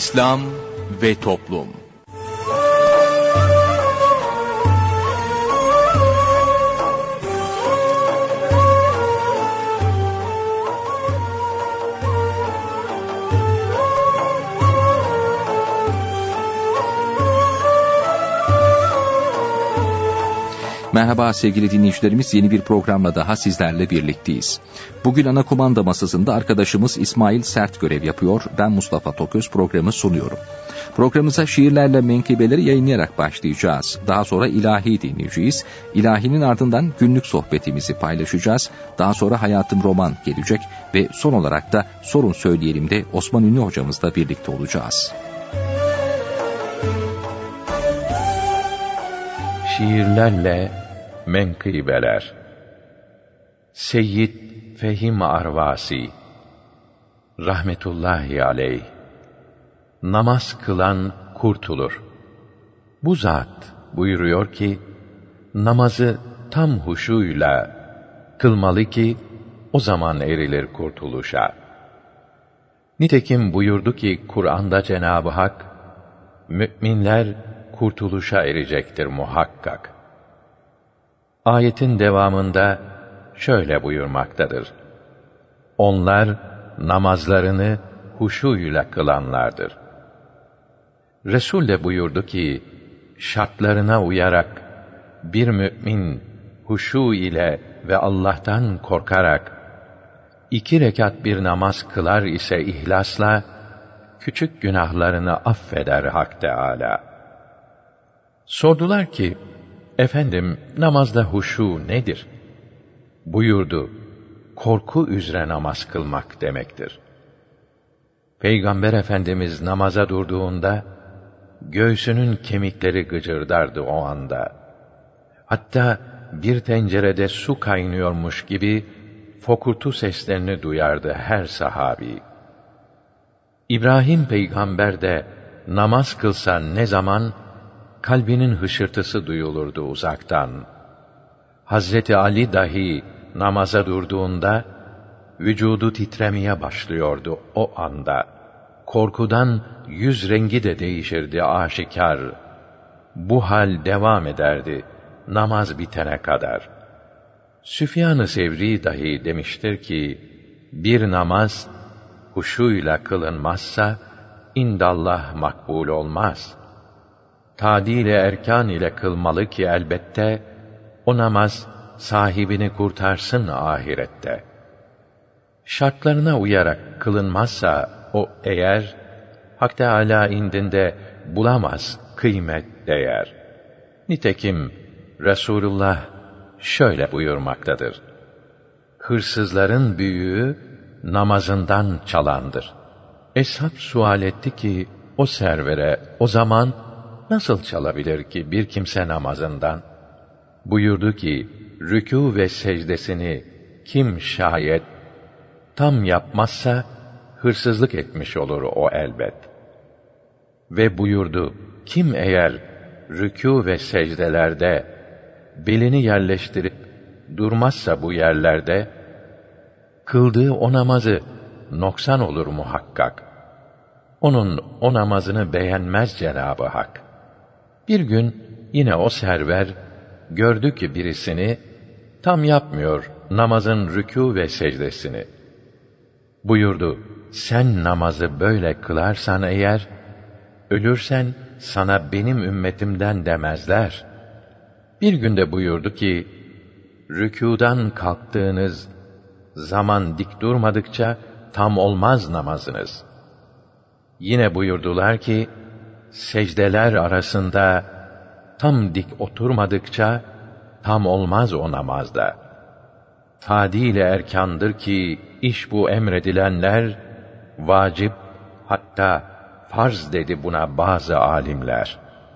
İslam ve Toplum. Merhaba sevgili dinleyicilerimiz, yeni bir programla daha sizlerle birlikteyiz. Bugün ana kumanda masasında arkadaşımız İsmail Sert görev yapıyor. Ben Mustafa Toköz programı sunuyorum. Programımıza şiirlerle menkıbeleri yayınlayarak başlayacağız. Daha sonra ilahi dinleyeceğiz. İlahinin ardından günlük sohbetimizi paylaşacağız. Daha sonra Hayatım Roman gelecek ve son olarak da Sorun Söyleyelim de Osman Ünlü hocamızla birlikte olacağız. Şiirlerle menkıbeler. Seyyid Fehim Arvasi rahmetullahi aleyh. Namaz kılan kurtulur. Bu zat buyuruyor ki, namazı tam huşuyla kılmalı ki o zaman erilir kurtuluşa. Nitekim buyurdu ki Kur'an'da Cenab-ı Hak, müminler kurtuluşa erecektir muhakkak. Ayetin devamında şöyle buyurmaktadır: onlar namazlarını huşuyla kılanlardır. Resul de buyurdu ki, şartlarına uyarak bir mümin huşu ile ve Allah'tan korkarak 2 rekat bir namaz kılar ise ihlasla, küçük günahlarını affeder Hak Teâlâ. Sordular ki, efendim namazda huşu nedir? Buyurdu, korku üzere namaz kılmak demektir. Peygamber Efendimiz namaza durduğunda, göğsünün kemikleri gıcırdardı o anda. Hatta bir tencerede su kaynıyormuş gibi fokurtu seslerini duyardı her sahabi. İbrahim Peygamber de namaz kılsa ne zaman, kalbinin hışırtısı duyulurdu uzaktan. Hazreti Ali dahi namaza durduğunda, vücudu titremeye başlıyordu o anda. Korkudan yüz rengi de değişirdi aşikar. Bu hal devam ederdi namaz bitene kadar. Süfyan-ı Sevri dahi demiştir ki, bir namaz huşuyla kılınmazsa indallah makbul olmaz. Tadil-i erkan ile kılmalı ki elbette o namaz sahibini kurtarsın ahirette. Şartlarına uyarak kılınmazsa o eğer, Hak Teâlâ indinde bulamaz kıymet değer. Nitekim Resulullah şöyle buyurmaktadır: hırsızların büyüğü namazından çalandır. Eshab sual etti ki, o servere o zaman nasıl çalabilir ki bir kimse namazından? Buyurdu ki, rükû ve secdesini kim şayet tam yapmazsa, hırsızlık etmiş olur o elbet. Ve buyurdu, kim eğer rükû ve secdelerde belini yerleştirip durmazsa bu yerlerde, kıldığı o namazı noksan olur muhakkak. Onun o namazını beğenmez Cenab-ı Hak. Bir gün yine o server gördü ki birisini tam yapmıyor namazın rükû ve secdesini. Buyurdu, sen namazı böyle kılarsan eğer, ölürsen sana benim ümmetimden demezler. Bir günde buyurdu ki, rükûdan kalktığınız zaman dik durmadıkça tam olmaz namazınız. Yine buyurdular ki, secdeler arasında tam dik oturmadıkça tam olmaz o namazda. Tadil-i erkandır ki iş bu emredilenler, vacip hatta farz dedi buna bazı alimler.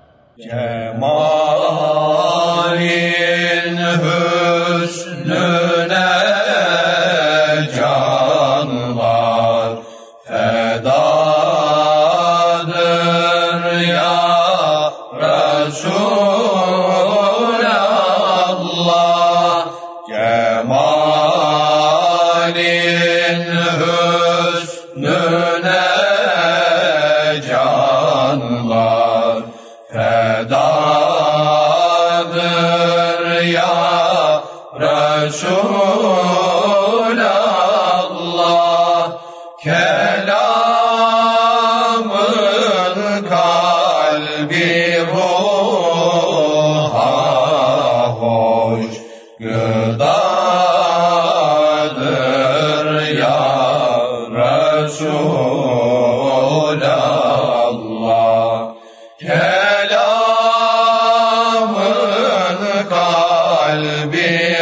Cemalin hüsnüne canlar fedadır ya Resulallah. Cemalin hüsnüne canlar fedadır ya Resulallah. Kelamın kalbi ruha hoş gıdadır ya Resulallah. Kelamın kalbi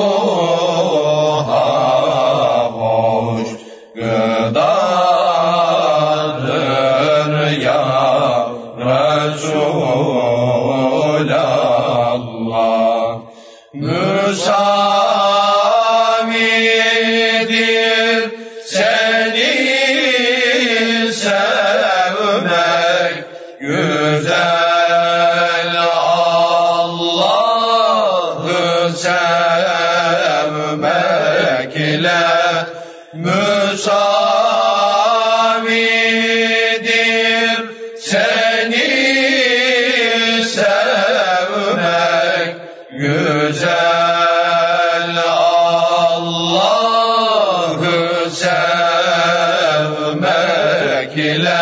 ruha hoş gıdadır ya Resulallah. Müsavidir seni sevmek güzel, Allah'ı sevmekle müsavidir seni sevmek güzel, Allah'ı sevmekle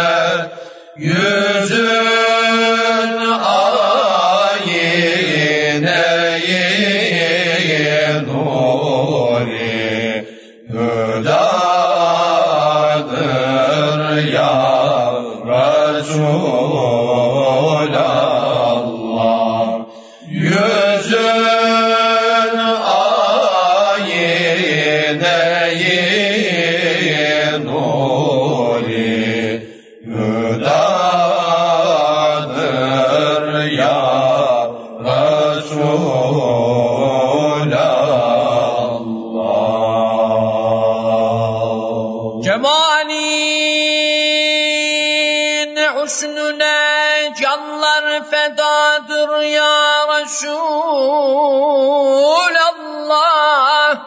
yüzün ayine-i nuri hüdadır ya Resulallah. Yüzün ayine-i nuri hüdadır ya Resulallah. Cemalin husnüne canlar fedadır ya Resulallah.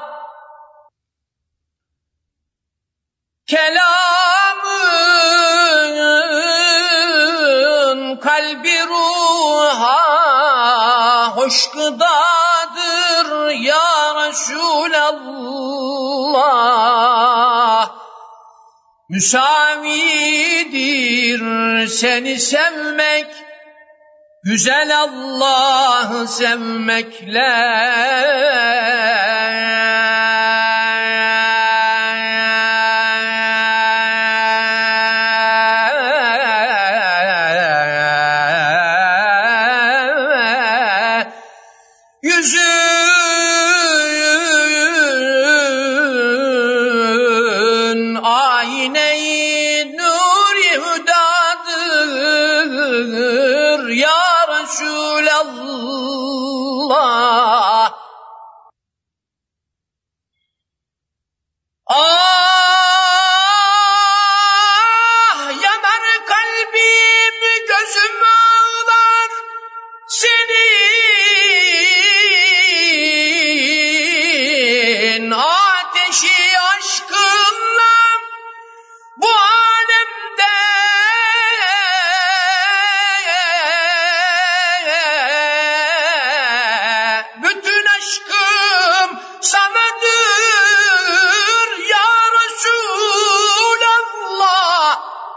Kelamın kalbi ruha hoş gıdadır ya Resulallah. Müsavidir seni sevmek güzel, Allah'ı sevmekle yüzün ayine-i nuri hüdadır ya Resulallah. Ah yanar kalbim, gözüm ağlar senin ateşi aşkınla bu alemde bütün aşkım sanadır ya Resulallah.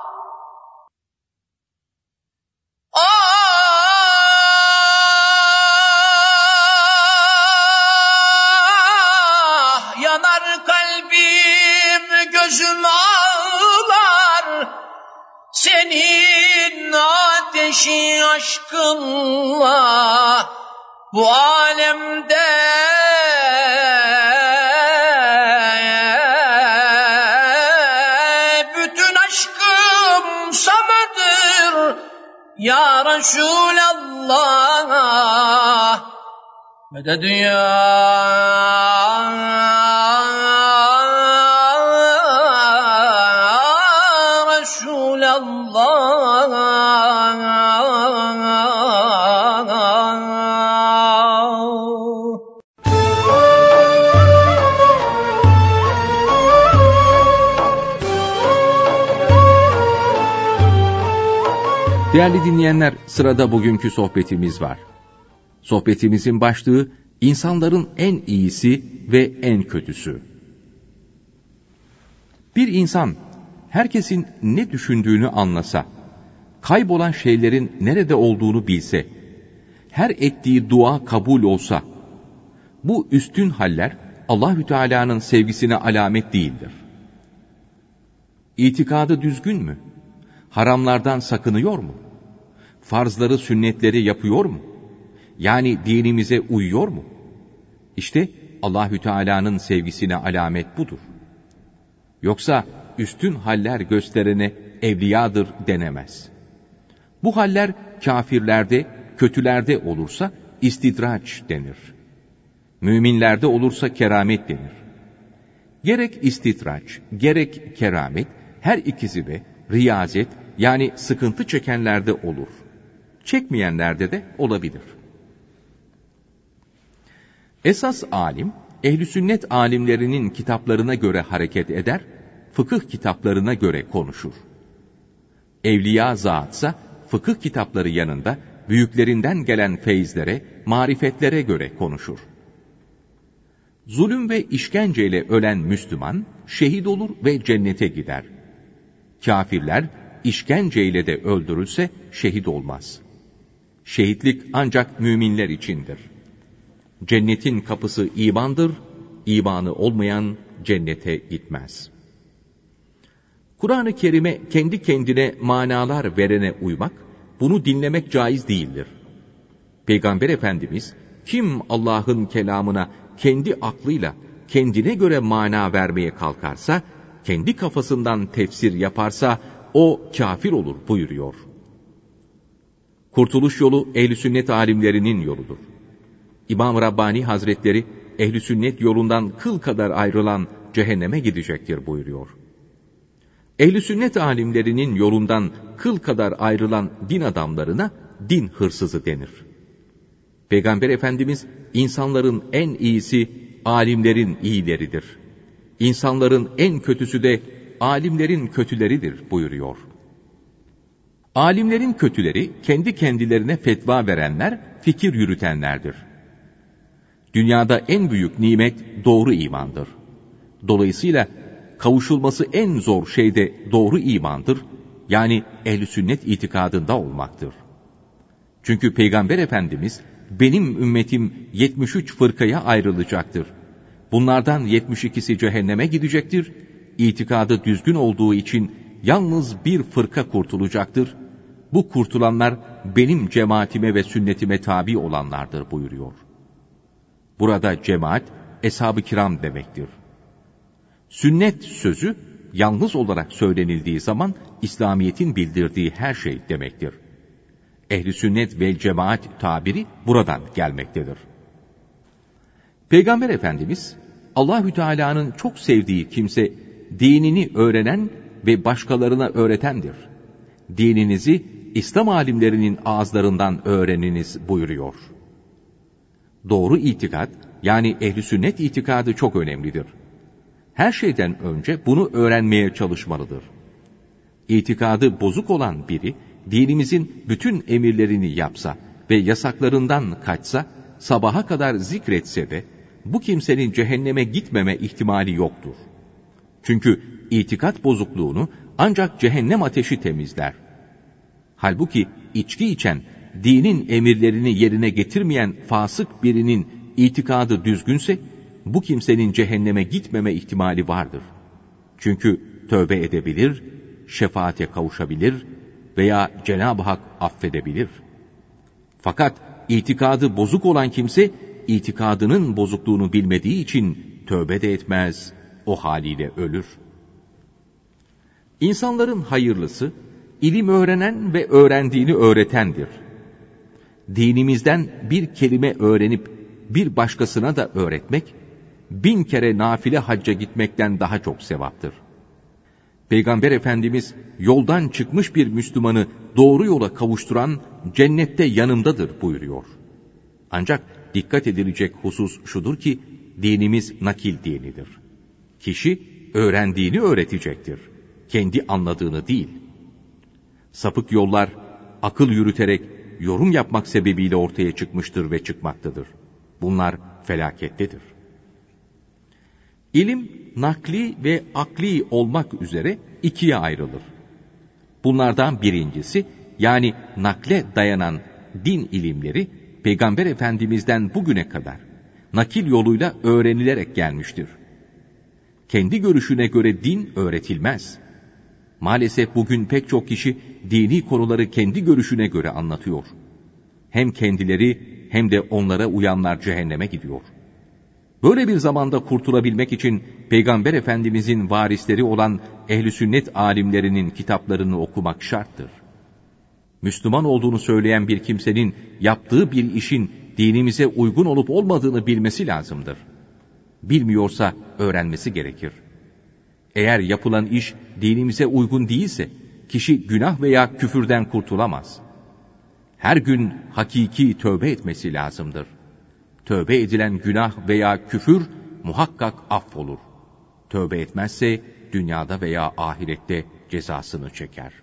Ah yanar kalbim, gözüm ağlar senin ateşi aşkınla bu alemde bütün aşkım sanadır ya Resulallah. Meded ya Resulallah. Değerli dinleyenler, sırada bugünkü sohbetimiz var. Sohbetimizin başlığı, insanların en iyisi ve en kötüsü. Bir insan, herkesin ne düşündüğünü anlasa, kaybolan şeylerin nerede olduğunu bilse, her ettiği dua kabul olsa, bu üstün haller Allahü Teala'nın sevgisine alamet değildir. İtikadı düzgün mü? Haramlardan sakınıyor mu? Farzları, sünnetleri yapıyor mu? Yani dinimize uyuyor mu? İşte Allahü Teala'nın sevgisine alamet budur. Yoksa üstün haller gösterene evliyadır denemez. Bu haller kâfirlerde, kötülerde olursa istidraç denir. Müminlerde olursa keramet denir. Gerek istidraç, gerek keramet, her ikisi de riyazet, yani sıkıntı çekenlerde olur. Çekmeyenlerde de olabilir. Esas alim, ehl-i sünnet alimlerinin kitaplarına göre hareket eder, fıkıh kitaplarına göre konuşur. Evliya zatsa, fıkıh kitapları yanında büyüklerinden gelen feyizlere, marifetlere göre konuşur. Zulüm ve işkenceyle ölen Müslüman, şehit olur ve cennete gider. Kâfirler, işkenceyle de öldürülse şehit olmaz. Şehitlik ancak müminler içindir. Cennetin kapısı imandır, imanı olmayan cennete gitmez. Kur'an-ı Kerim'e kendi kendine manalar verene uymak, bunu dinlemek caiz değildir. Peygamber Efendimiz, kim Allah'ın kelamına kendi aklıyla, kendine göre mana vermeye kalkarsa, kendi kafasından tefsir yaparsa, o kafir olur buyuruyor. Kurtuluş yolu ehl-i sünnet alimlerinin yoludur. İmam Rabbani Hazretleri, ehl-i sünnet yolundan kıl kadar ayrılan cehenneme gidecektir buyuruyor. Ehl-i sünnet alimlerinin yolundan kıl kadar ayrılan din adamlarına din hırsızı denir. Peygamber Efendimiz, insanların en iyisi alimlerin iyileridir. İnsanların en kötüsü de alimlerin kötüleridir buyuruyor. Alimlerin kötüleri, kendi kendilerine fetva verenler, fikir yürütenlerdir. Dünyada en büyük nimet doğru imandır. Dolayısıyla kavuşulması en zor şey de doğru imandır, yani ehl-i sünnet itikadında olmaktır. Çünkü Peygamber Efendimiz, benim ümmetim 73 fırkaya ayrılacaktır. Bunlardan 72'si cehenneme gidecektir. İtikadı düzgün olduğu için yalnız bir fırka kurtulacaktır. Bu kurtulanlar benim cemaatime ve sünnetime tabi olanlardır buyuruyor. Burada cemaat, eshab-ı kiram demektir. Sünnet sözü, yalnız olarak söylenildiği zaman, İslamiyet'in bildirdiği her şey demektir. Ehl-i sünnet ve cemaat tabiri buradan gelmektedir. Peygamber Efendimiz, Allahü Teala'nın çok sevdiği kimse, dinini öğrenen ve başkalarına öğretendir. Dininizi İslam alimlerinin ağızlarından öğreniniz buyuruyor. Doğru itikat, yani ehl-i sünnet itikadı çok önemlidir. Her şeyden önce bunu öğrenmeye çalışmalıdır. İtikadı bozuk olan biri, dinimizin bütün emirlerini yapsa ve yasaklarından kaçsa, sabaha kadar zikretse de, bu kimsenin cehenneme gitmeme ihtimali yoktur. Çünkü itikat bozukluğunu ancak cehennem ateşi temizler. Halbuki içki içen, dinin emirlerini yerine getirmeyen fasık birinin itikadı düzgünse, bu kimsenin cehenneme gitmeme ihtimali vardır. Çünkü tövbe edebilir, şefaate kavuşabilir veya Cenab-ı Hak affedebilir. Fakat itikadı bozuk olan kimse, itikadının bozukluğunu bilmediği için tövbe de etmez, o haliyle ölür. İnsanların hayırlısı, ilim öğrenen ve öğrendiğini öğretendir. Dinimizden bir kelime öğrenip bir başkasına da öğretmek, 1000 kere nafile hacca gitmekten daha çok sevaptır. Peygamber Efendimiz, yoldan çıkmış bir Müslümanı doğru yola kavuşturan cennette yanımdadır buyuruyor. Ancak dikkat edilecek husus şudur ki, dinimiz nakil dinidir. Kişi öğrendiğini öğretecektir, kendi anladığını değil. Sapık yollar, akıl yürüterek yorum yapmak sebebiyle ortaya çıkmıştır ve çıkmaktadır. Bunlar felakettedir. İlim, nakli ve akli olmak üzere ikiye ayrılır. Bunlardan birincisi, yani nakle dayanan din ilimleri, Peygamber Efendimiz'den bugüne kadar nakil yoluyla öğrenilerek gelmiştir. Kendi görüşüne göre din öğretilmez. Maalesef bugün pek çok kişi dini konuları kendi görüşüne göre anlatıyor. Hem kendileri hem de onlara uyanlar cehenneme gidiyor. Böyle bir zamanda kurtulabilmek için Peygamber Efendimizin varisleri olan ehl-i sünnet alimlerinin kitaplarını okumak şarttır. Müslüman olduğunu söyleyen bir kimsenin yaptığı bir işin dinimize uygun olup olmadığını bilmesi lazımdır. Bilmiyorsa öğrenmesi gerekir. Eğer yapılan iş dinimize uygun değilse, kişi günah veya küfürden kurtulamaz. Her gün hakiki tövbe etmesi lazımdır. Tövbe edilen günah veya küfür muhakkak affolur. Tövbe etmezse dünyada veya ahirette cezasını çeker.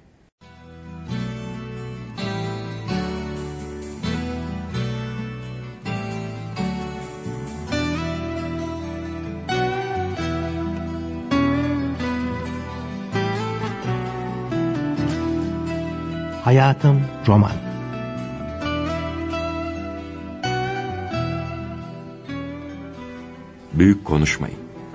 Hayatım roman. Büyük konuşmayın.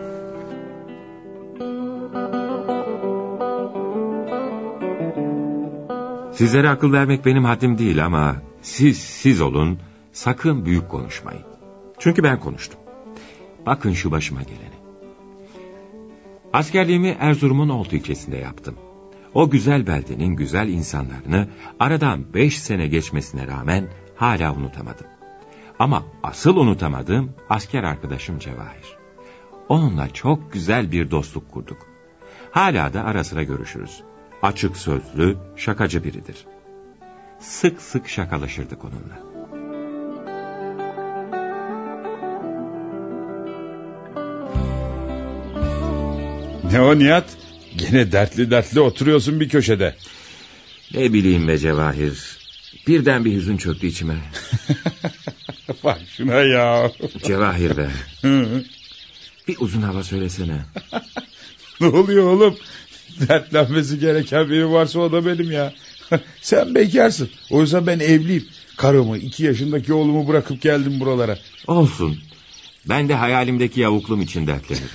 Sizlere akıl vermek benim haddim değil ama siz olun, sakın büyük konuşmayın. Çünkü ben konuştum. Bakın şu başıma geleni. Askerliğimi Erzurum'un Oltu ilçesinde yaptım. O güzel beldenin güzel insanlarını aradan 5 sene geçmesine rağmen hala unutamadım. Ama asıl unutamadığım asker arkadaşım Cevahir. Onunla çok güzel bir dostluk kurduk. Hala da ara sıra görüşürüz. Açık sözlü, şakacı biridir. Sık sık şakalaşırdık onunla. Ne o Nihat? Gene dertli oturuyorsun bir köşede. Ne bileyim be Cevahir. Birden bir hüzün çöktü içime. Bak şuna ya. Cevahir be. Bir uzun hava söylesene. Ne oluyor oğlum? Dertlenmesi gereken biri varsa o da benim ya. Sen bekarsın. Oysa ben evliyim. Karımı, 2 yaşındaki oğlumu bırakıp geldim buralara. Olsun. Ben de hayalimdeki yavuklum için dertlenirim.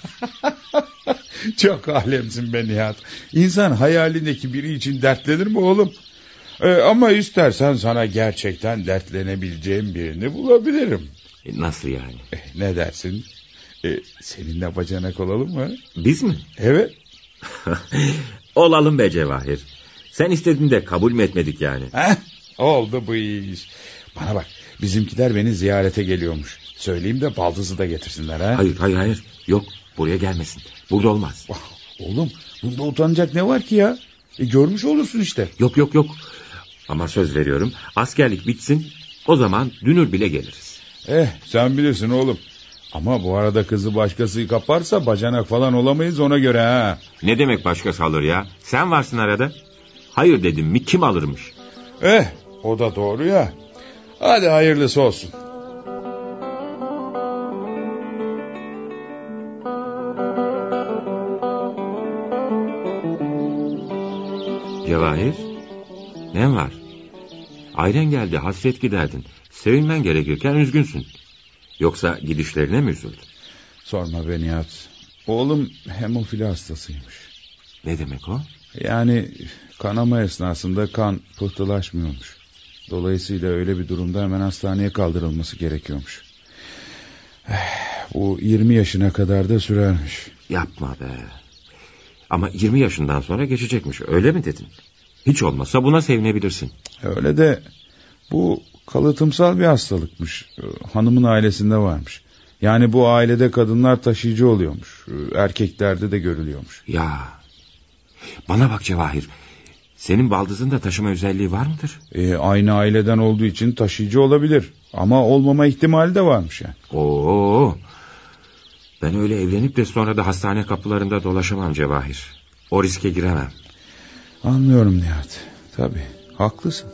Çok alemsin be Nihat. İnsan hayalindeki biri için dertlenir mi oğlum? Ama istersen sana gerçekten dertlenebileceğim birini bulabilirim. Nasıl yani? Ne dersin? Seninle bacanak olalım mı? Biz mi? Evet. Olalım be Cevahir. Sen istedin de kabul mü etmedik yani? Oldu bu iş. Bana bak, bizimkiler beni ziyarete geliyormuş. Söyleyeyim de baldızı da getirsinler ha. Hayır. Yok, buraya gelmesin. Burada olmaz. Oğlum, bunda utanacak ne var ki ya? Görmüş olursun işte. Yok. Ama söz veriyorum, askerlik bitsin, o zaman dünür bile geliriz. Sen bilirsin oğlum. Ama bu arada kızı başkası kaparsa bacanak falan olamayız ona göre ha. Ne demek başkası alır ya? Sen varsın arada. Hayır dedim mi kim alırmış? O da doğru ya. Hadi hayırlısı olsun. Cevahir, ne var? Ailen geldi, hasret giderdin. Sevinmen gerekirken üzgünsün. Yoksa gidişlerine mi üzüldün? Sorma be Nihat. Oğlum hemofili hastasıymış. Ne demek o? Yani kanama esnasında kan pıhtılaşmıyormuş. Dolayısıyla öyle bir durumda hemen hastaneye kaldırılması gerekiyormuş. Bu 20 yaşına kadar da sürermiş. Yapma be. Ama 20 yaşından sonra geçecekmiş, öyle mi dedin? Hiç olmazsa buna sevinebilirsin. Öyle de bu kalıtımsal bir hastalıkmış. Hanımın ailesinde varmış. Yani bu ailede kadınlar taşıyıcı oluyormuş. Erkeklerde de görülüyormuş. Ya. Bana bak Cevahir. Senin baldızın da taşıma özelliği var mıdır? Aynı aileden olduğu için taşıyıcı olabilir. Ama olmama ihtimali de varmış yani. Oo. Ben öyle evlenip de sonra da hastane kapılarında dolaşamam Cevahir. O riske giremem. Anlıyorum Nihat. Tabii. Haklısın.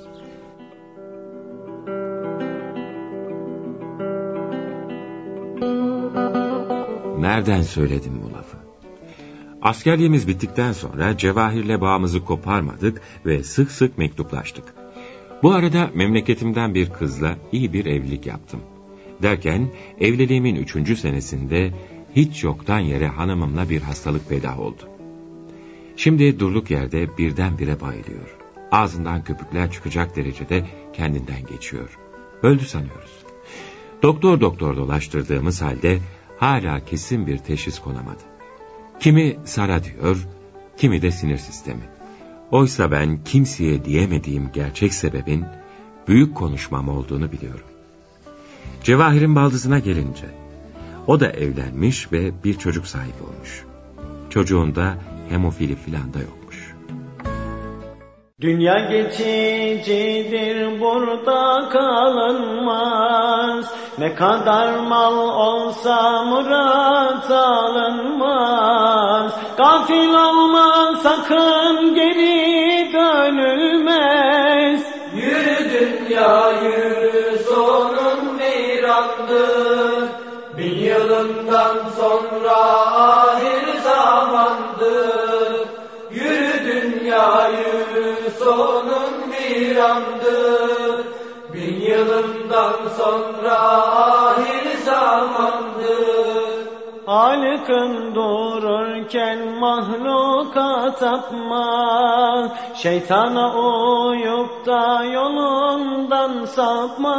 Nereden söyledim bu lafı? Askerliğimiz bittikten sonra Cevahir'le bağımızı koparmadık ve sık sık mektuplaştık. Bu arada memleketimden bir kızla iyi bir evlilik yaptım. Derken evliliğimin 3. senesinde hiç yoktan yere hanımımla bir hastalık peydah oldu. Şimdi durduk yerde birdenbire bayılıyor. Ağzından köpükler çıkacak derecede kendinden geçiyor. Öldü sanıyoruz. Doktor dolaştırdığımız halde hala kesin bir teşhis konamadı. Kimi SARA diyor, kimi de sinir sistemi. Oysa ben kimseye diyemediğim gerçek sebebin büyük konuşmam olduğunu biliyorum. Cevahir'in baldızına gelince, o da evlenmiş ve bir çocuk sahibi olmuş. Çocuğunda hemofili filan da yokmuş. Dünya geçicidir, burada kalınmaz. Ne kadar mal olsa murat alınmaz. Gafil olma sakın, geri dönülmez. Yürü dünya yürü, sonun virandır. 1000 yılından sonra ahir zamandır. Yürü dünya yürü, sonun virandır. 1000 yılından sonra ahir zamandır. Halıkın dururken mahluka tapma, şeytana uyup da yolundan sapma,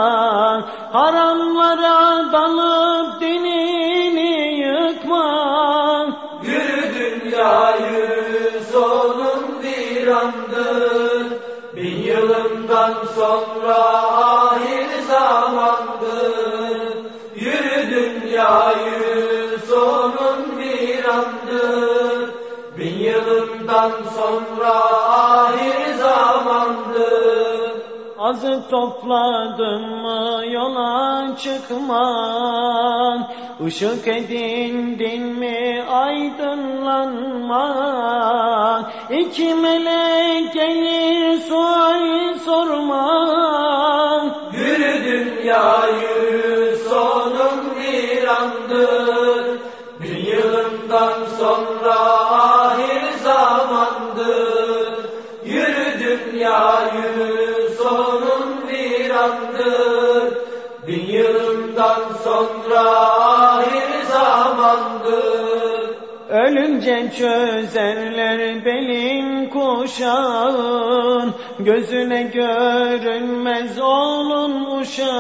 haramlara dalıp dinini yıkma. Yürü dünya yürü, sonun virandır. 1000 yılından sonra ahir zamandır. Yürü dünya yürü, sonun virandır. 1000 yılından sonra ahir zamandır. Azı topladın mı yola çıkma, Işık edindin mi aydınlanma. 2 melek gelir sual sorma. Yürü dünya yürü, sonun virandır. 1000 yılından sonra ahir zamandır. Yürü dünya yürü, sonun virandır. 1000 yılından sonra ahir zamandır. Ölünce çözerler belin kuşağın, gözüne görünmez oğlun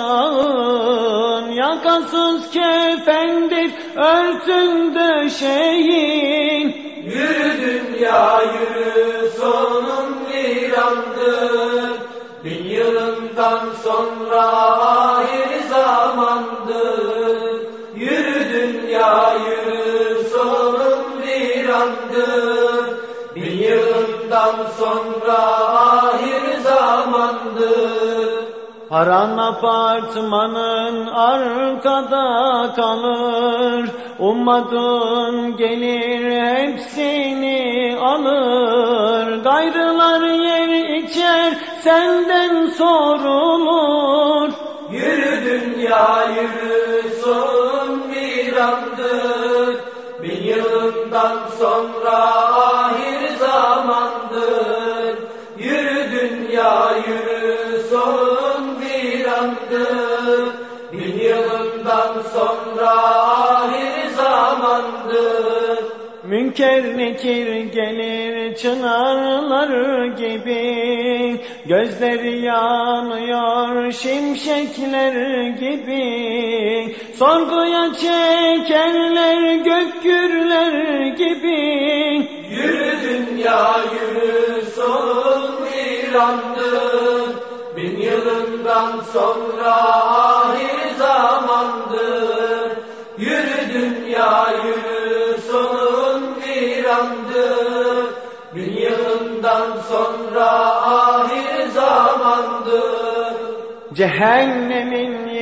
uşağın. Yakasız kefendir örtün döşeğin. Yürü dünya yürü, sonun virandır. 1000 yılından sonra ahir zamandır. Yürü dünya yürü, sonun virandır. 1000 yılından sonra ahir zamandır. Haram apartmanın arkada kalır, ummadın gelir hepsini alır. Gayrılar yer içer senden sorulur. Yürü dünya yürü, sonun virandır. 1000 yılından sonra ahir zamandır. Yürü dünya yürü, sonun virandır. 1000 yılından sonra ahir zamandır. Münker nekir gelir çınarlar gibi, gözleri yanıyor şimşekler gibi. Sorguya çekerler gök gürler gibi. Yürü dünya yürü, sonun virandır. 1000 yılından sonra ahir zamandır. Yürü dünya yürü, sonun virandır. 1000 yılından sonra ahir zamandır. Cehennemin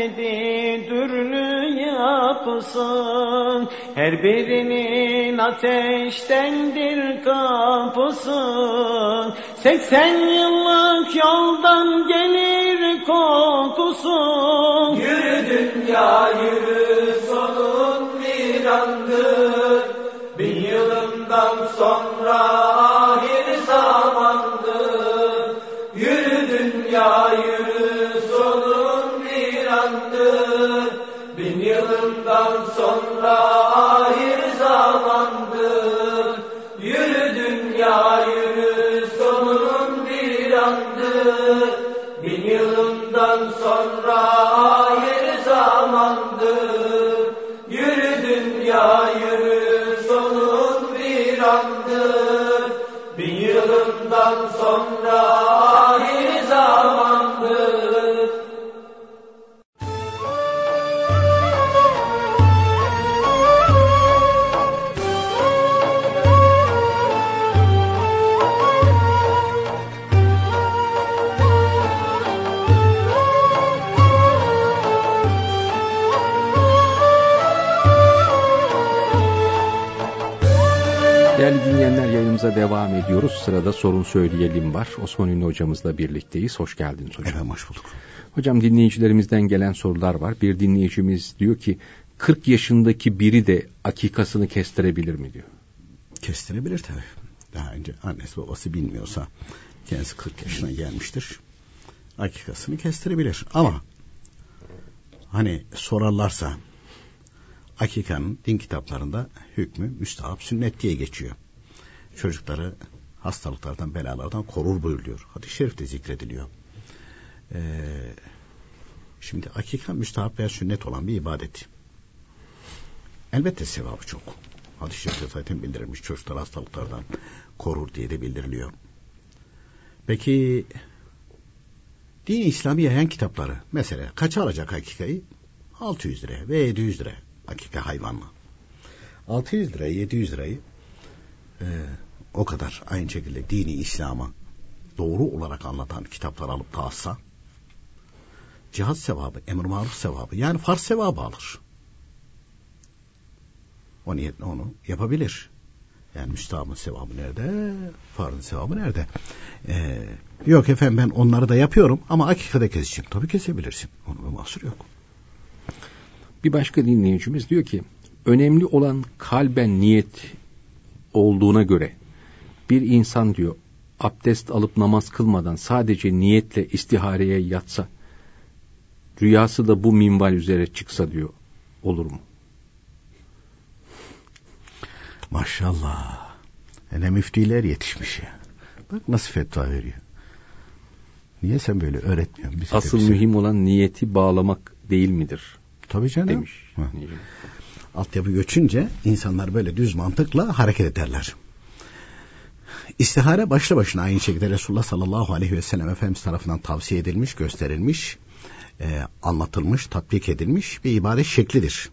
yedi türlü yapısı, her birinin ateştendir kapısı. 80 yıllık yoldan gelir kokusu. Yürü dünya yürü, sonun bir andır. 1000 yılından sonra ahir zamandır. Yürü dünya yürü, sonun bir andır. 1000 yılından sonra ahir zamandır. Yürü dünya yürü, sonun bir andır. 1000 yılından sonra ahir zamandır. Yürü dünya yürü, sonun bir andır. 1000 yılından sonra ahir zamandır. Değerli dinleyenler, yayınımıza devam ediyoruz. Sırada sorun söyleyelim var. Osman Ünlü hocamızla birlikteyiz. Hoş geldiniz hocam. Efendim hoş bulduk. Hocam, dinleyicilerimizden gelen sorular var. Bir dinleyicimiz diyor ki 40 yaşındaki biri de akikasını kestirebilir mi diyor. Kestirebilir tabii. Daha önce annesi babası bilmiyorsa, kendisi 40 yaşına gelmiştir, akikasını kestirebilir. Ama hani sorarlarsa, akikanın din kitaplarında hükmü müstahap sünnet diye geçiyor. Çocukları hastalıklardan, belalardan korur buyuruluyor. Hadis-i şerifte zikrediliyor. Şimdi akika müstahap veya sünnet olan bir ibadet. Elbette sevabı çok. Hadis-i şerifte zaten bildirilmiş, çocuklar hastalıklardan korur diye de bildiriliyor. Peki din-i İslami yayan kitapları mesela kaça alacak akikayı? 600 liraya ve 700 liraya akika hayvanla. 600 liraya 700 lirayı o kadar aynı şekilde dini İslam'a doğru olarak anlatan kitaplar alıp dağıtsa cihat sevabı, emr-i maruf sevabı, yani farz sevabı alır. O niyetle onu yapabilir. Yani müstahabın sevabı nerede? Farzın sevabı nerede? Yok efendim ben onları da yapıyorum ama akikada keseceğim. Tabii kesebilirsin. Onun bir mahsur yok. Bir başka dinleyicimiz diyor ki önemli olan kalben niyet olduğuna göre bir insan diyor abdest alıp namaz kılmadan sadece niyetle istihareye yatsa, rüyası da bu minval üzere çıksa diyor, olur mu? Maşallah. Ne müftüler yetişmiş ya. Bak nasıl fetva veriyor. Niye sen böyle öğretmiyorsun? Asıl mühim olan niyeti bağlamak değil midir? Tabii canım. Demiş. Altyapı göçünce insanlar böyle düz mantıkla hareket ederler. İstihare başlı başına aynı şekilde Resulullah sallallahu aleyhi ve sellem Efendimiz tarafından tavsiye edilmiş, gösterilmiş, anlatılmış, tatbik edilmiş bir ibadet şeklidir.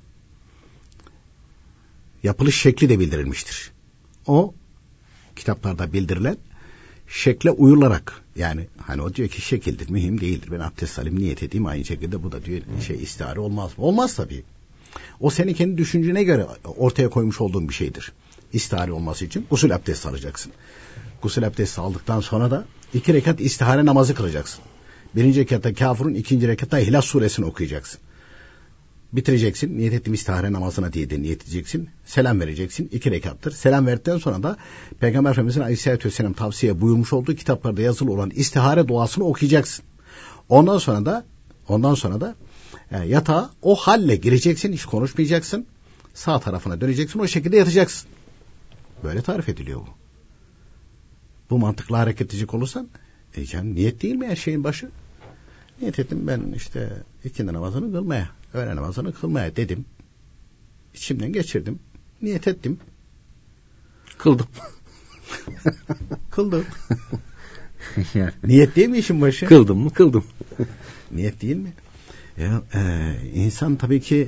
Yapılış şekli de bildirilmiştir. O kitaplarda bildirilen şekle uyularak, yani hani o diyor ki şekildir, mühim değildir. Ben abdest alayım, niyet edeyim, aynı şekilde bu da diyor istihare olmaz mı? Olmaz tabii. O senin kendi düşüncene göre ortaya koymuş olduğun bir şeydir. İstihare olması için gusül abdesti alacaksın. Gusül abdesti aldıktan sonra da 2 rekat istihare namazı kılacaksın. 1. rekatta Kafirun, 2. rekatta İhlas suresini okuyacaksın. Bitireceksin. Niyet ettiğim istihare namazına diye de niyet edeceksin. Selam vereceksin. 2 rekattır. Selam verdikten sonra da Peygamber Efendimiz'in Aleyhisselatü Vesselam tavsiye buyurmuş olduğu kitaplarda yazılı olan istihare duasını okuyacaksın. Ondan sonra da yatağa o halle gireceksin. Hiç konuşmayacaksın. Sağ tarafına döneceksin. O şekilde yatacaksın. Böyle tarif ediliyor bu. Bu mantıkla hareket edecek olursan canım, niyet değil mi her şeyin başı? Niyet ettim ben işte ikindi namazını kılmaya, öğle namazını kılmaya dedim. İçimden geçirdim. Niyet ettim. Kıldım. Kıldım. Yani. Niyet değil mi işin başı? Kıldım mı? Kıldım. Niyet değil mi? Ya, insan tabii ki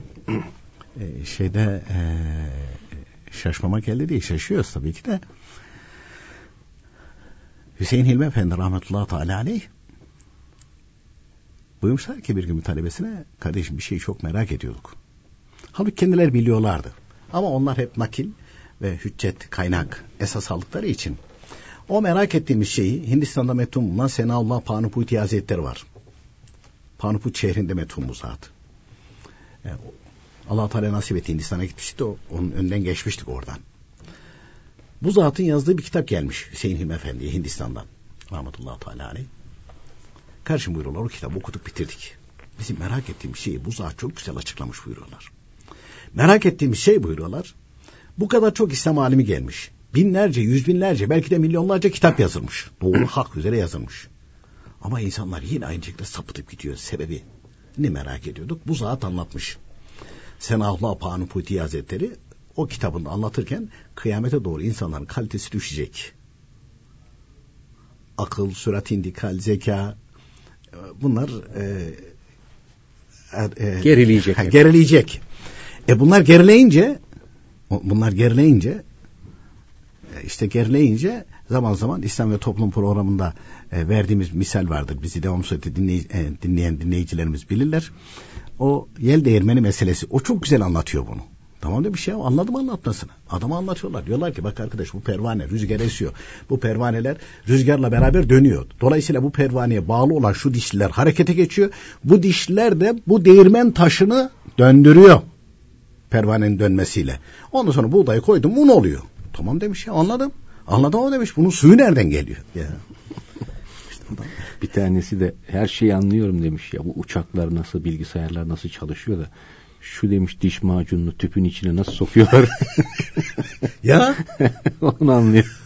şaşmamak elde değil. Şaşıyoruz tabii ki de. Hüseyin Hilmi Efendi rahmetullahi teala aleyh Buyurmuşlar ki bir gün bir talebesine, kardeşim bir şeyi çok merak ediyorduk. Halbuki kendileri biliyorlardı. Ama onlar hep nakil ve hüccet, kaynak esas aldıkları için. O merak ettiğimiz şeyi Hindistan'da metfun bulunan Senaullah Panuputi Hazretleri var. Panuput şehrinde metfun bu zat. Allah-u Teala nasip etti, Hindistan'a gitmiştik de onun önden geçmiştik oradan. Bu zatın yazdığı bir kitap gelmiş Hüseyin Hilmi Efendi'ye Hindistan'dan. Rahmetullahi Teala aleyh. Karşım buyuruyorlar, o kitabı okuduk bitirdik. Bizim merak ettiğimiz şeyi bu zat çok güzel açıklamış buyuruyorlar. Merak ettiğimiz şey buyuruyorlar, bu kadar çok İslam alimi gelmiş. Binlerce, yüz binlerce, belki de milyonlarca kitap yazılmış. Doğru hak üzere yazılmış. Ama insanlar yine aynı şekilde sapıtıp gidiyor. Sebebi ne merak ediyorduk? Bu zat anlatmış. Senaullah Panuputi Hazretleri o kitabını anlatırken kıyamete doğru insanların kalitesi düşecek. Akıl, sürat, indikal, zeka, bunlar gerileyecek. Gerileyecek. Bunlar gerileyince zaman zaman İslam ve Toplum programında verdiğimiz misal vardır. Bizi devamlı dinleyen dinleyicilerimiz bilirler. O yel değirmeni meselesi. O çok güzel anlatıyor bunu. Tamam da bir şey anladım anlatmasını. Adama anlatıyorlar. Diyorlar ki bak arkadaş, bu pervane rüzgar esiyor. Bu pervaneler rüzgarla beraber dönüyor. Dolayısıyla bu pervaneye bağlı olan şu dişliler harekete geçiyor. Bu dişliler de bu değirmen taşını döndürüyor. Pervanenin dönmesiyle. Ondan sonra buğdayı koydum, un oluyor. Tamam demiş ya, anladım. Anladım o demiş. Bunun suyu nereden geliyor? Ya. Bir tanesi de her şeyi anlıyorum demiş ya. Bu uçaklar nasıl, bilgisayarlar nasıl çalışıyor da şu demiş, diş macununu tüpün içine nasıl sokuyorlar? Ya onu anlıyor.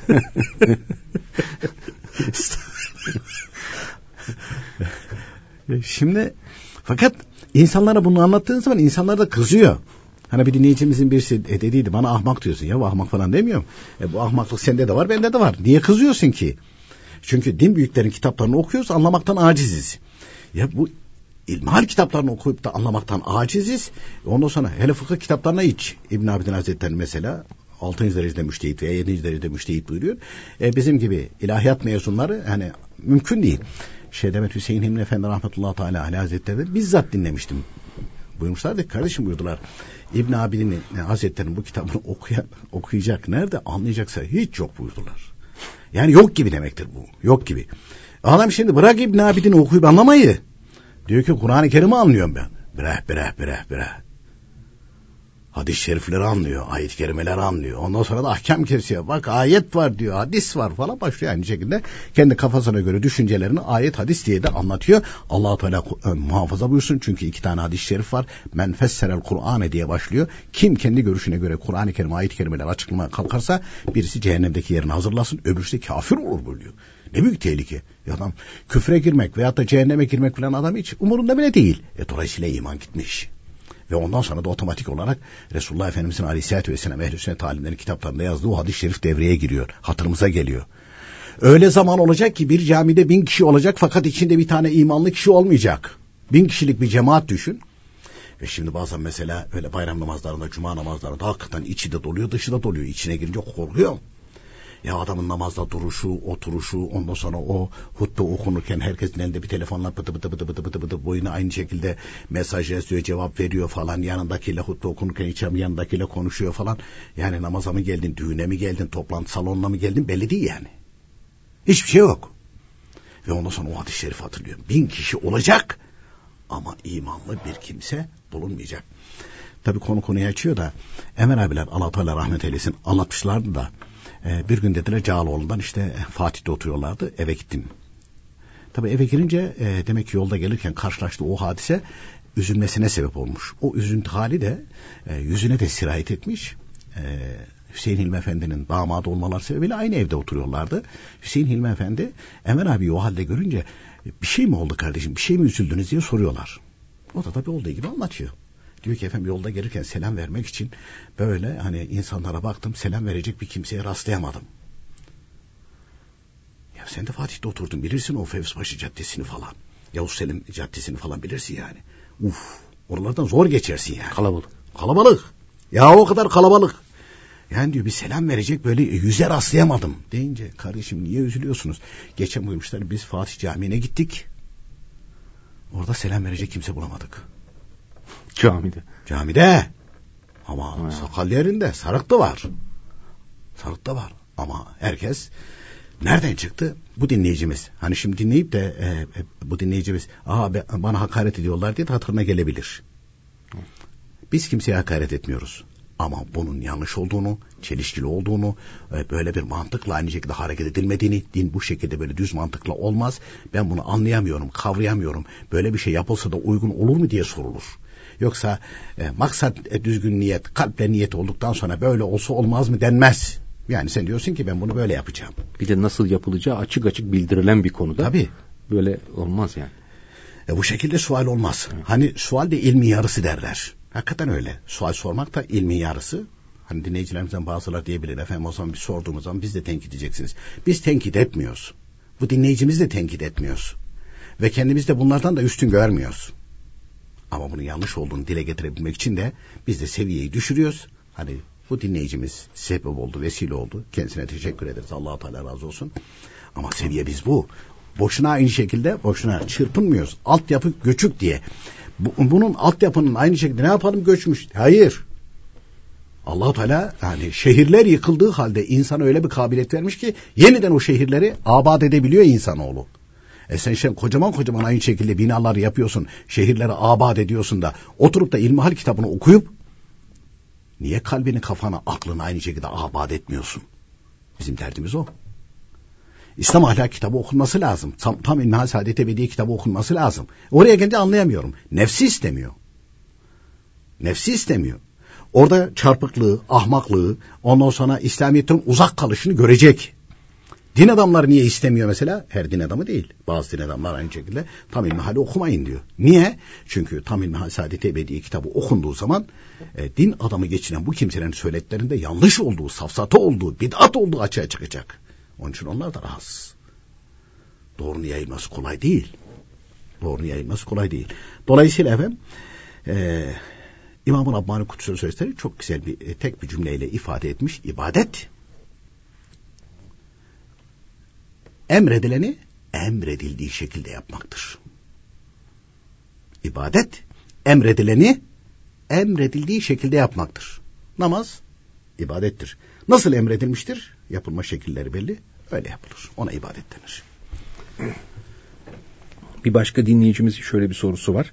Şimdi fakat insanlara bunu anlattığın zaman insanlar da kızıyor. Hani bir dinleyicimizin birisi dediydi, bana ahmak diyorsun ya, bu ahmak falan demiyorum. Bu ahmaklık sende de var, bende de var. Niye kızıyorsun ki? Çünkü din büyüklerin kitaplarını okuyoruz, anlamaktan aciziz. Ya bu ilmihal kitaplarını okuyup da anlamaktan aciziz. Ondan sonra hele fıkıh kitaplarına hiç. İbn Abidin Hazretleri mesela 6. derecede müştehit veya 7. derecede müştehit buyuruyor. Bizim gibi ilahiyat mezunları hani mümkün değil. Demet Hüseyin Hilmi Efendi rahmetullahi teala aleyh Hazretleri bizzat dinlemiştim. Buyurmuşlardı, kardeşim buyurdular. İbn Abidin Hazretleri'nin bu kitabını okuyacak, nerede anlayacaksa hiç yok buyurdular. Yani yok gibi demektir bu. Yok gibi. Adam şimdi bırak İbn Abidin'i okuyup anlamayı. Diyor ki Kur'an-ı Kerim'i anlıyorum ben. Bre. Hadis-i şerifleri anlıyor, ayet-i kerimeleri anlıyor. Ondan sonra da ahkam kesiyor. Bak ayet var diyor, hadis var falan başlıyor aynı şekilde. Kendi kafasına göre düşüncelerini ayet, hadis diye de anlatıyor. Allah-u Teala muhafaza buyursun, çünkü 2 tane hadis-i şerif var. Men fesserel Kur'ane diye başlıyor. Kim kendi görüşüne göre Kur'an-ı Kerim, ayet-i kerimeleri açıklamaya kalkarsa birisi cehennemdeki yerini hazırlasın, öbürsü de kafir olur buyuruyor. Ne büyük tehlike. Adam küfre girmek veyahut da cehenneme girmek falan adam hiç umurunda bile değil. Dolayısıyla iman gitmiş. Ve ondan sonra da otomatik olarak Resulullah Efendimizin Aleyhisselatü Vesselam Ehl-i Sünnet alimlerinin kitaplarında yazdığı o hadis-i şerif devreye giriyor. Hatırımıza geliyor. Öyle zaman olacak ki bir camide 1000 kişi olacak fakat içinde bir tane imanlı kişi olmayacak. 1000 kişilik bir cemaat düşün. Ve şimdi bazen mesela öyle bayram namazlarında, cuma namazlarında hakikaten içi de doluyor, dışı da doluyor. İçine girince korkuyor. Ya adamın namazda duruşu, oturuşu, ondan sonra o hutbe okunurken herkesin elinde bir telefonla bıdı boyuna aynı şekilde mesaj yazıyor, cevap veriyor falan. Yanındakiyle hutbe okunurken yanındakiyle konuşuyor falan. Yani namaza mı geldin, düğüne mi geldin, toplantı salonuna mı geldin belli değil yani. Hiçbir şey yok. Ve ondan sonra o hadis-i şerifi hatırlıyorum. 1000 kişi olacak ama imanlı bir kimse bulunmayacak. Tabii konuyu açıyor da Emir abiler Allah Teala rahmet eylesin anlatmışlardı da bir gün dediler Cağaloğlu'ndan işte Fatih'te oturuyorlardı, eve gittim. Tabii eve girince demek ki yolda gelirken karşılaştığı o hadise üzülmesine sebep olmuş. O üzüntü hali de yüzüne de sirayet etmiş. Hüseyin Hilmi Efendi'nin damadı olmaları sebebiyle aynı evde oturuyorlardı. Hüseyin Hilmi Efendi Emir abi o halde görünce bir şey mi oldu kardeşim, bir şey mi üzüldünüz diye soruyorlar. O da tabii olduğu gibi anlatıyor. Diyor ki efendim yolda gelirken selam vermek için böyle hani insanlara baktım, selam verecek bir kimseye rastlayamadım. Ya sen de Fatih'te oturdun, bilirsin o Fevzipaşa Caddesi'ni falan. Yavuz Selim Caddesi'ni falan bilirsin yani. Oralardan zor geçersin yani. Kalabalık. Ya o kadar kalabalık. Yani diyor bir selam verecek böyle yüze rastlayamadım deyince kardeşim niye üzülüyorsunuz? Geçen buyurmuşlar biz Fatih Camii'ne gittik. Orada selam verecek kimse bulamadık. Camide. Ama sakal yerinde, sarık da var. Ama herkes nereden çıktı? Bu dinleyicimiz. Hani şimdi dinleyip de bu dinleyicimiz bana hakaret ediyorlar diye de hatırına gelebilir. Biz kimseye hakaret etmiyoruz. Ama bunun yanlış olduğunu, çelişkili olduğunu, böyle bir mantıkla aynı şekilde hareket edilmediğini, din bu şekilde böyle düz mantıkla olmaz. Ben bunu anlayamıyorum, kavrayamıyorum. Böyle bir şey yapılsa da uygun olur mu diye sorulur. Yoksa maksat düzgün niyet, kalple niyet olduktan sonra böyle olsa olmaz mı denmez. Yani sen diyorsun ki ben bunu böyle yapacağım. Bir de nasıl yapılacağı açık açık bildirilen bir konuda. Tabii. Böyle olmaz yani. Bu şekilde sual olmaz. Evet. Hani sual de ilmin yarısı derler. Hakikaten öyle. Sual sormak da ilmin yarısı. Hani dinleyicilerimizden bazıları diyebilir. Efendim o zaman biz sorduğumuz zaman biz de tenkit edeceksiniz. Biz tenkit etmiyoruz. Bu dinleyicimiz de tenkit etmiyoruz. Ve kendimiz de bunlardan da üstün görmüyoruz. Ama bunun yanlış olduğunu dile getirebilmek için de biz de seviyeyi düşürüyoruz. Hani bu dinleyicimiz sebep oldu, vesile oldu. Kendisine teşekkür ederiz. Allah-u Teala razı olsun. Ama seviye biz bu. Boşuna aynı şekilde boşuna çırpınmıyoruz. Altyapı göçük diye. Bunun altyapının aynı şekilde ne yapalım göçmüş. Hayır. Allah-u Teala yani şehirler yıkıldığı halde insana öyle bir kabiliyet vermiş ki yeniden o şehirleri abad edebiliyor insanoğlu. Sen kocaman aynı şekilde binalar yapıyorsun, şehirleri abad ediyorsun da oturup da İlmihal kitabını okuyup niye kalbini, kafanı, aklını aynı şekilde abad etmiyorsun? Bizim derdimiz o. İslam ahlak kitabı okunması lazım. Tam İlmihal Saadet Ebediye kitabı okunması lazım. Oraya gelince anlayamıyorum. Nefsi istemiyor. Orada çarpıklığı, ahmaklığı, ondan sonra İslamiyet'ten uzak kalışını görecek. Din adamları niye istemiyor mesela? Her din adamı değil. Bazı din adamlar aynı şekilde tam İlmihal'i okumayın diyor. Niye? Çünkü tam İlmihal Saadet Ebediye kitabı okunduğu zaman din adamı geçinen bu kimselerin söylediklerinde yanlış olduğu, safsata olduğu, bid'at olduğu açığa çıkacak. Onun için onlar da rahatsız. Doğrunun yayılması kolay değil. Dolayısıyla efendim İmam-ı Rabbani Kutsal Sözleri çok güzel tek bir cümleyle ifade etmiş. İbadet emredileni emredildiği şekilde yapmaktır. İbadet emredileni emredildiği şekilde yapmaktır. Namaz ibadettir. Nasıl emredilmiştir? Yapılma şekilleri belli. Öyle yapılır. Ona ibadet denir. Bir başka dinleyicimizin şöyle bir sorusu var.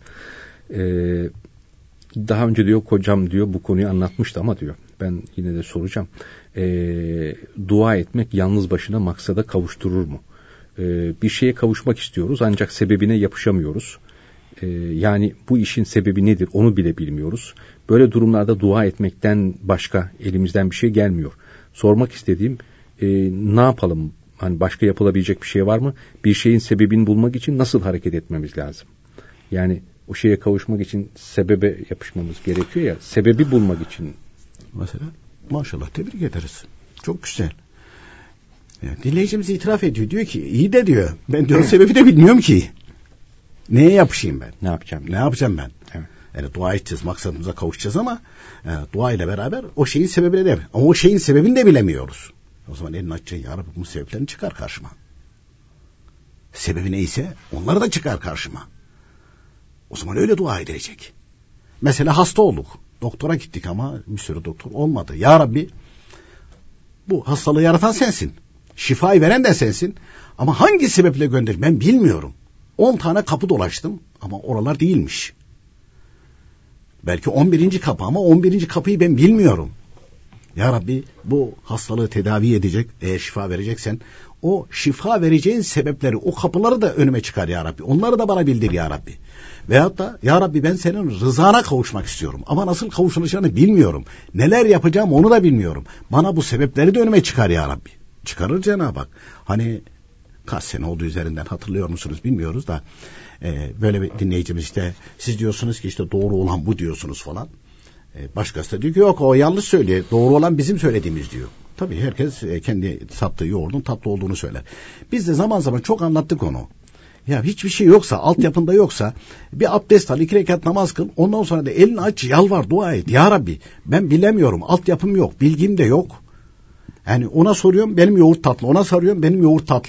Daha önce diyor kocam diyor bu konuyu anlatmıştı ama diyor ben yine de soracağım. Dua etmek yalnız başına maksada kavuşturur mu? Bir şeye kavuşmak istiyoruz ancak sebebine yapışamıyoruz. Yani bu işin sebebi nedir onu bile bilmiyoruz. Böyle durumlarda dua etmekten başka elimizden bir şey gelmiyor. Sormak istediğim ne yapalım? Hani başka yapılabilecek bir şey var mı? Bir şeyin sebebini bulmak için nasıl hareket etmemiz lazım? Yani o şeye kavuşmak için sebebe yapışmamız gerekiyor ya. Sebebi bulmak için. Mesela maşallah tebrik ederiz. Çok güzel. Yani dinleyicimiz itiraf ediyor. Diyor ki iyi de diyor. Ben diyor sebebi de bilmiyorum ki. Neye yapışayım ben? Ne yapacağım ben? Evet. Yani dua edeceğiz, maksadımıza kavuşacağız ama dua ile beraber o şeyin sebebini de ama o şeyin sebebini de bilemiyoruz. O zaman elini açacaksın. Ya Rabbi bunun sebeplerini çıkar karşıma. Sebebi neyse onları da çıkar karşıma. O zaman öyle dua edilecek. Mesela hasta olduk. Doktora gittik ama bir sürü doktor olmadı. Ya Rabbi bu hastalığı yaratan sensin. Şifayı veren de sensin. Ama hangi sebeple gönder? Ben bilmiyorum. 10 tane kapı dolaştım ama oralar değilmiş. Belki 11. kapı ama 11. kapıyı ben bilmiyorum. Ya Rabbi bu hastalığı tedavi edecek, eğer şifa vereceksen o şifa vereceğin sebepleri, o kapıları da önüme çıkar ya Rabbi. Onları da bana bildir ya Rabbi. Veyahut da ya Rabbi ben senin rızana kavuşmak istiyorum ama nasıl kavuşulacağını bilmiyorum. Neler yapacağım onu da bilmiyorum. Bana bu sebepleri de önüme çıkar ya Rabbi. Çıkarır Cenab-ı Hak. Hani kaç sene oldu üzerinden hatırlıyor musunuz bilmiyoruz da böyle bir dinleyicimiz işte siz diyorsunuz ki işte doğru olan bu diyorsunuz falan. Başkası da diyor ki yok o yanlış söylüyor. Doğru olan bizim söylediğimiz diyor. Tabii herkes kendi sattığı yoğurdun tatlı olduğunu söyler. Biz de zaman zaman çok anlattık onu. Ya hiçbir şey yoksa, altyapında yoksa bir abdest al, 2 rekat namaz kıl. Ondan sonra da elini aç, yalvar, dua et. Ya Rabbi ben bilemiyorum, altyapım yok, bilgim de yok. Yani ona soruyorum benim yoğurt tatlı, ona soruyorum benim yoğurt tatlı.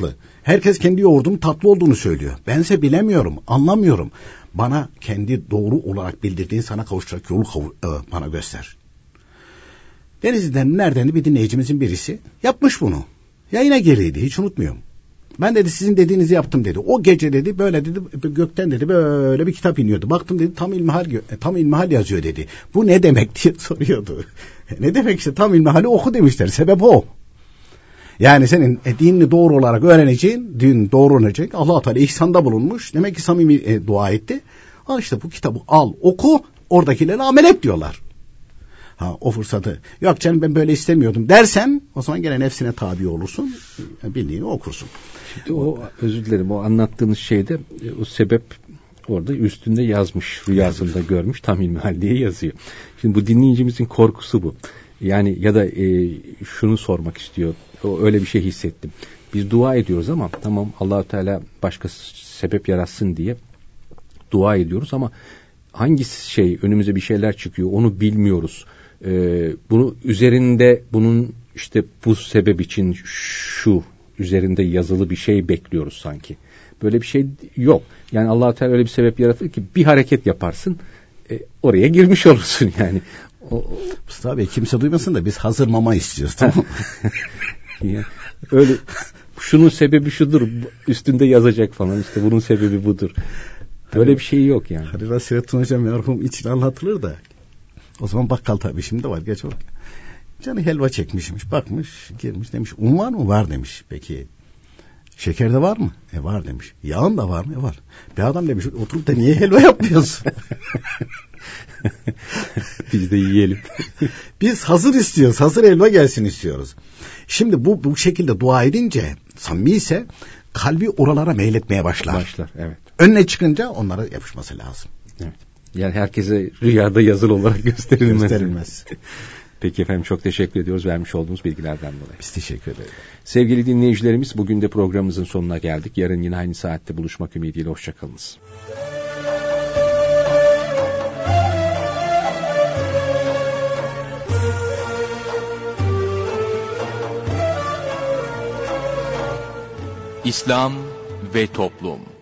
Herkes kendi yoğurdunun tatlı olduğunu söylüyor. Bense bilemiyorum, anlamıyorum. Bana kendi doğru olarak bildirdiğin sana kavuşacak yolu bana göster. Denizli'den nereden bir dinleyicimizin birisi yapmış bunu. Yayına geliydi, hiç unutmuyorum. Ben dedi sizin dediğinizi yaptım dedi. O gece dedi böyle dedi gökten dedi böyle bir kitap iniyordu. Baktım dedi tam ilmihal yazıyor dedi. Bu ne demek diye soruyordu. Ne demek işte tam ilmihali oku demişler. Sebep o. Yani senin dinini doğru olarak öğreneceğin, din doğru öğrenecek. Allah Teala ihsanda bulunmuş. Demek ki samimi dua etti. Al işte bu kitabı al, oku, oradakilerle amel et diyorlar. Ha o fırsatı yok canım ben böyle istemiyordum dersen o zaman gene nefsine tabi olursun. Bildiğini okursun. Şimdi o özür dilerim o anlattığınız şeyde o sebep orada üstünde yazmış, rüyasında görmüş, tam ilmihal diye yazıyor. Şimdi bu dinleyicimizin korkusu bu. Yani ya da şunu sormak istiyor. O öyle bir şey hissettim. Biz dua ediyoruz ama tamam Allah-u Teala başka sebep yaratsın diye dua ediyoruz ama hangi şey önümüze bir şeyler çıkıyor onu bilmiyoruz. Bunu üzerinde bunun işte bu sebep için şu üzerinde yazılı bir şey bekliyoruz sanki. Böyle bir şey yok. Yani Allah-u Teala öyle bir sebep yaratır ki bir hareket yaparsın oraya girmiş olursun yani. Mustafa Bey kimse duymasın da biz hazır mama istiyoruz tamam yani öyle şunun sebebi şudur üstünde yazacak falan işte bunun sebebi budur. Böyle bir şey yok yani. Halil Nasrettin Hoca merhum için anlatılır da o zaman bakkal tabii şimdi var geç bak. Canı helva çekmişmiş bakmış girmiş demiş un var mı? Var demiş. Peki şeker de var mı? Var demiş. Yağın da var mı? Var. Bir adam demiş oturup da niye helva yapmıyorsun? Biz de yiyelim. Biz hazır istiyoruz. Hazır helva gelsin istiyoruz. Şimdi bu şekilde dua edince samimi ise kalbi oralara meyletmeye başlar. Evet. Önüne çıkınca onlara yapışması lazım. Evet. Yani herkese rüyada yazılı olarak gösterilmez. Peki efendim çok teşekkür ediyoruz vermiş olduğunuz bilgilerden dolayı. Biz teşekkür ederiz. Sevgili dinleyicilerimiz bugün de programımızın sonuna geldik. Yarın yine aynı saatte buluşmak ümidiyle hoşçakalınız. İslam ve Toplum